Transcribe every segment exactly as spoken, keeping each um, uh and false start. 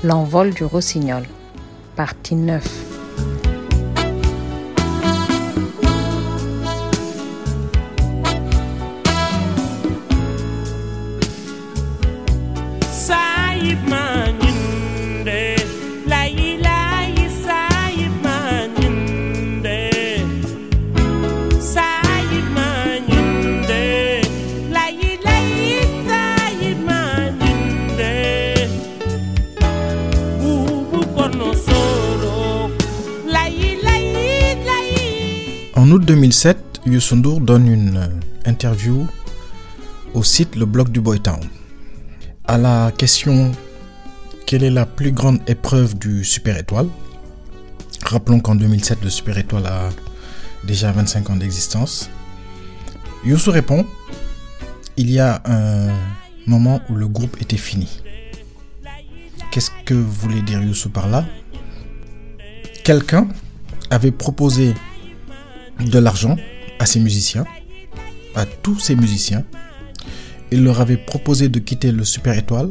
L'envol du rossignol, partie neuf. En août deux mille sept, Youssou N'Dour donne une interview au site Le Blog du Boytown. À la question « Quelle est la plus grande épreuve du Super Étoile ?» Rappelons qu'en deux mille sept, le Super Étoile a déjà vingt-cinq ans d'existence. Youssou répond « Il y a un moment où le groupe était fini. » Qu'est-ce que voulait dire Youssou par là ? Quelqu'un avait proposé de l'argent à ses musiciens, à tous ces musiciens. Il leur avait proposé de quitter le Super Étoile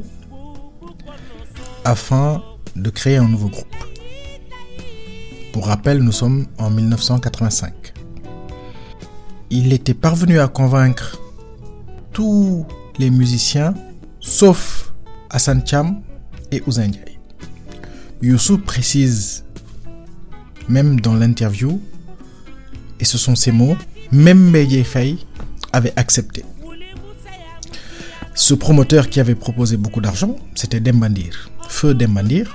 afin de créer un nouveau groupe. Pour rappel, nous sommes en dix-neuf cent quatre-vingt-cinq. Il était parvenu à convaincre tous les musiciens, sauf Hassan Thiam et Ouzin Ndiaye. Youssou précise même dans l'interview, et ce sont ces mots, même Mbaye Faye avait accepté. Ce promoteur qui avait proposé beaucoup d'argent, c'était Demba Ndir, Feu Demba Ndir,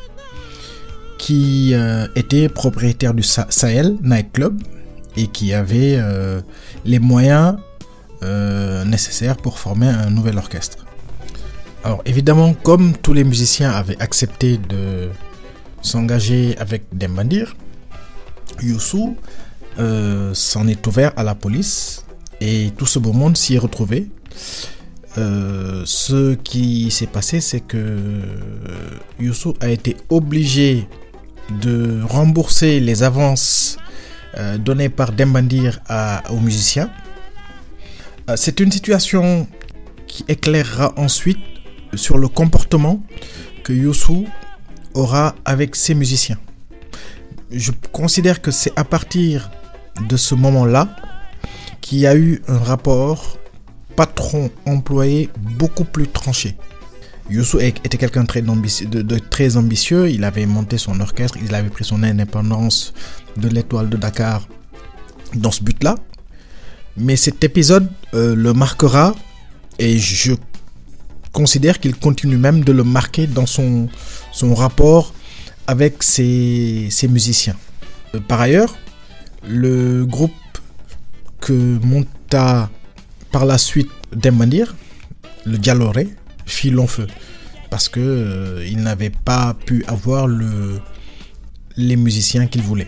qui euh, était propriétaire du Sa- Sahel Night Club et qui avait euh, les moyens euh, nécessaires pour former un nouvel orchestre. Alors évidemment, comme tous les musiciens avaient accepté de s'engager avec Demba Ndir, Youssou euh, s'en est ouvert à la police et tout ce beau monde s'y est retrouvé. Euh, ce qui s'est passé, c'est que Youssou a été obligé de rembourser les avances euh, données par Demba Ndir à, aux musiciens. Euh, c'est une situation qui éclairera ensuite sur le comportement que Youssou aura avec ses musiciens. Je considère que c'est à partir de ce moment-là qu'il y a eu un rapport patron-employé beaucoup plus tranché. Youssou était quelqu'un très ambitieux, de, de très ambitieux. Il avait monté son orchestre, il avait pris son indépendance de l'Étoile de Dakar dans ce but-là. Mais cet épisode euh, le marquera et je considère qu'il continue même de le marquer dans son, son rapport avec ses, ses musiciens. Euh, par ailleurs, le groupe que monta par la suite Demba Ndir, le Jalooré, fit long feu parce que euh, il n'avait pas pu avoir le, les musiciens qu'il voulait.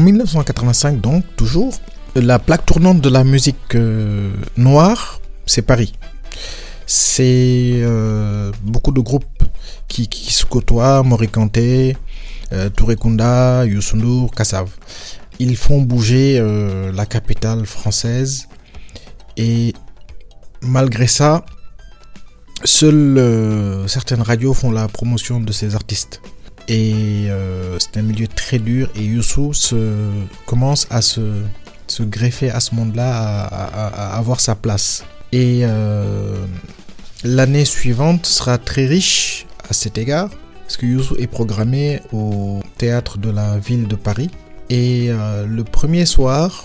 mille neuf cent quatre-vingt-cinq, donc, toujours, la plaque tournante de la musique euh, noire, c'est Paris. C'est euh, beaucoup de groupes qui, qui, qui se côtoient, Mori Kanté, euh, Touré Kunda, Youssou N'Dour, Kassav. Ils font bouger euh, la capitale française et malgré ça, seules euh, certaines radios font la promotion de ces artistes. Et euh, c'est un milieu très dur et Youssou se, commence à se, se greffer à ce monde-là, à, à, à avoir sa place. Et euh, l'année suivante sera très riche à cet égard, parce que Youssou est programmé au théâtre de la ville de Paris. Et euh, le premier soir,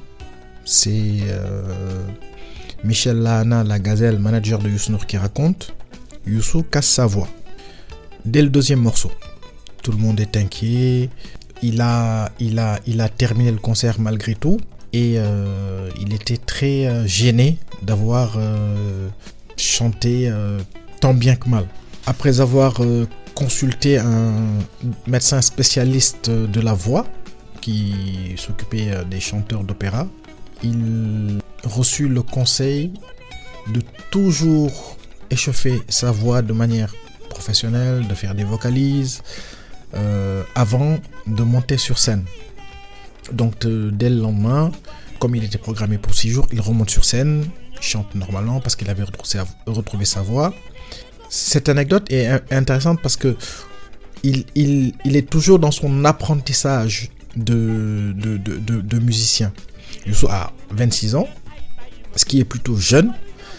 c'est euh, Michel Lahana, la gazelle, manager de Youssou N'Dour, qui raconte. Youssou casse sa voix. Dès le deuxième morceau, tout le monde est inquiet. Il a, il a, il a terminé le concert malgré tout. Et euh, il était très euh, gêné d'avoir euh, chanté euh, tant bien que mal. Après avoir euh, consulté un médecin spécialiste de la voix qui s'occupait des chanteurs d'opéra, il reçut le conseil de toujours échauffer sa voix de manière professionnelle, de faire des vocalises euh, avant de monter sur scène. Donc euh, dès le lendemain, comme il était programmé pour six jours, il remonte sur scène, chante normalement parce qu'il avait retrouvé, retrouvé sa voix. Cette anecdote est intéressante parce que il, il, il est toujours dans son apprentissage de, de, de, de, de musicien. Youssou a vingt-six ans, ce qui est plutôt jeune,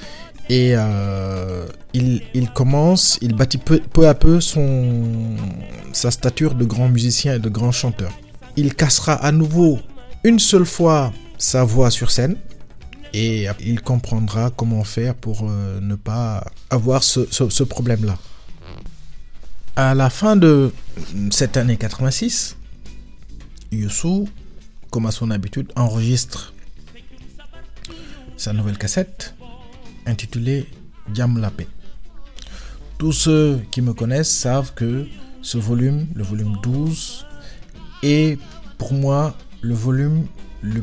et euh, il, il commence, il bâtit peu, peu à peu son, sa stature de grand musicien et de grand chanteur. Il cassera à nouveau une seule fois sa voix sur scène et il comprendra comment faire pour euh, ne pas avoir ce, ce, ce problème-là. À la fin de cette année quatre-vingt-six, Youssou, comme à son habitude, enregistre sa nouvelle cassette intitulée Diam la paix. Tous ceux qui me connaissent savent que ce volume, le volume douze, est pour moi le volume le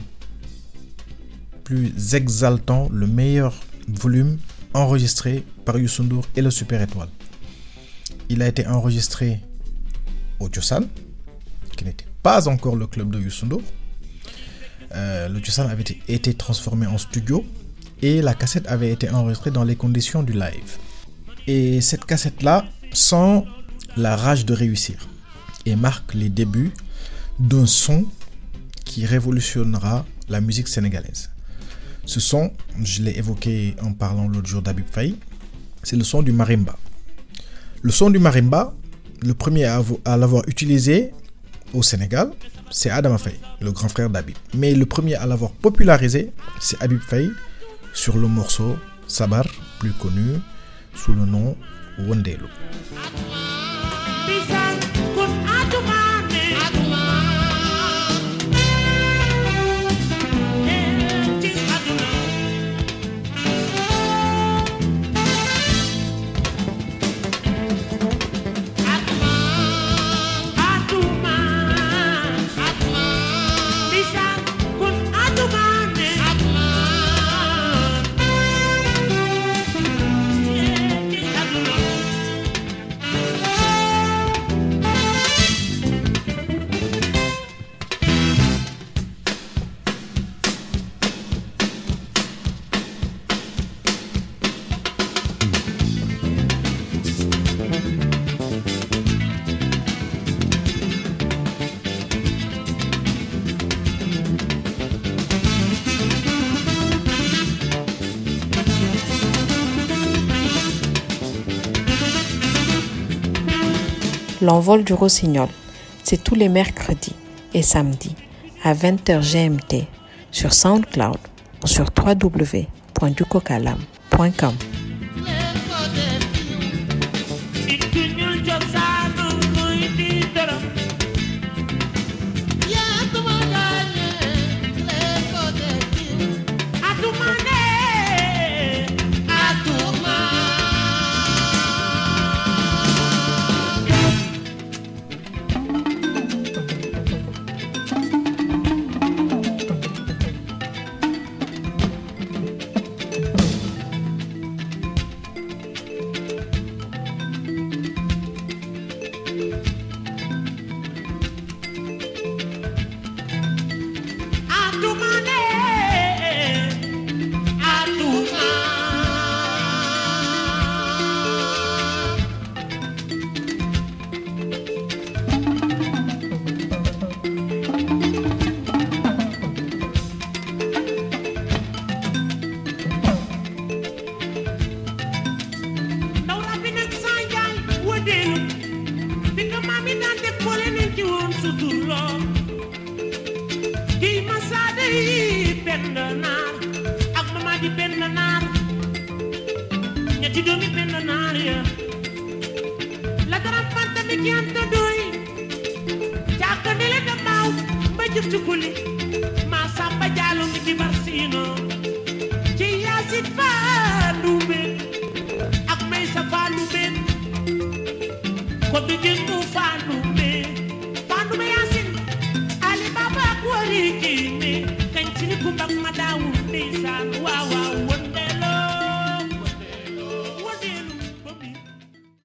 plus exaltant, le meilleur volume enregistré par Youssou N'Dour et le Super Étoile. Il a été enregistré au Tiosan, qui n'était pas encore le club de Youssou N'Dour. Euh, le Tiosan avait été, été transformé en studio et la cassette avait été enregistrée dans les conditions du live. Et cette cassette-là sent la rage de réussir et marque les débuts d'un son qui révolutionnera la musique sénégalaise. Ce son, je l'ai évoqué en parlant l'autre jour d'Habib Faye, c'est le son du marimba. Le son du marimba, le premier à, à l'avoir utilisé au Sénégal, c'est Adama Faye, le grand frère d'Habib. Mais le premier à l'avoir popularisé, c'est Habib Faye sur le morceau Sabar, plus connu sous le nom Wondelo. L'envol du rossignol, c'est tous les mercredis et samedis à vingt heures G M T sur SoundCloud ou sur w w w point dukokalam point com. naar ñetti doomi benn naar ya la dara fanta mi kianta doy jaaka ni le da maaw ba jëftu kuli ma samba jaalo mi ci barsino ci yasit fa ndumbe ak may sa fa ndumbe ko dëgg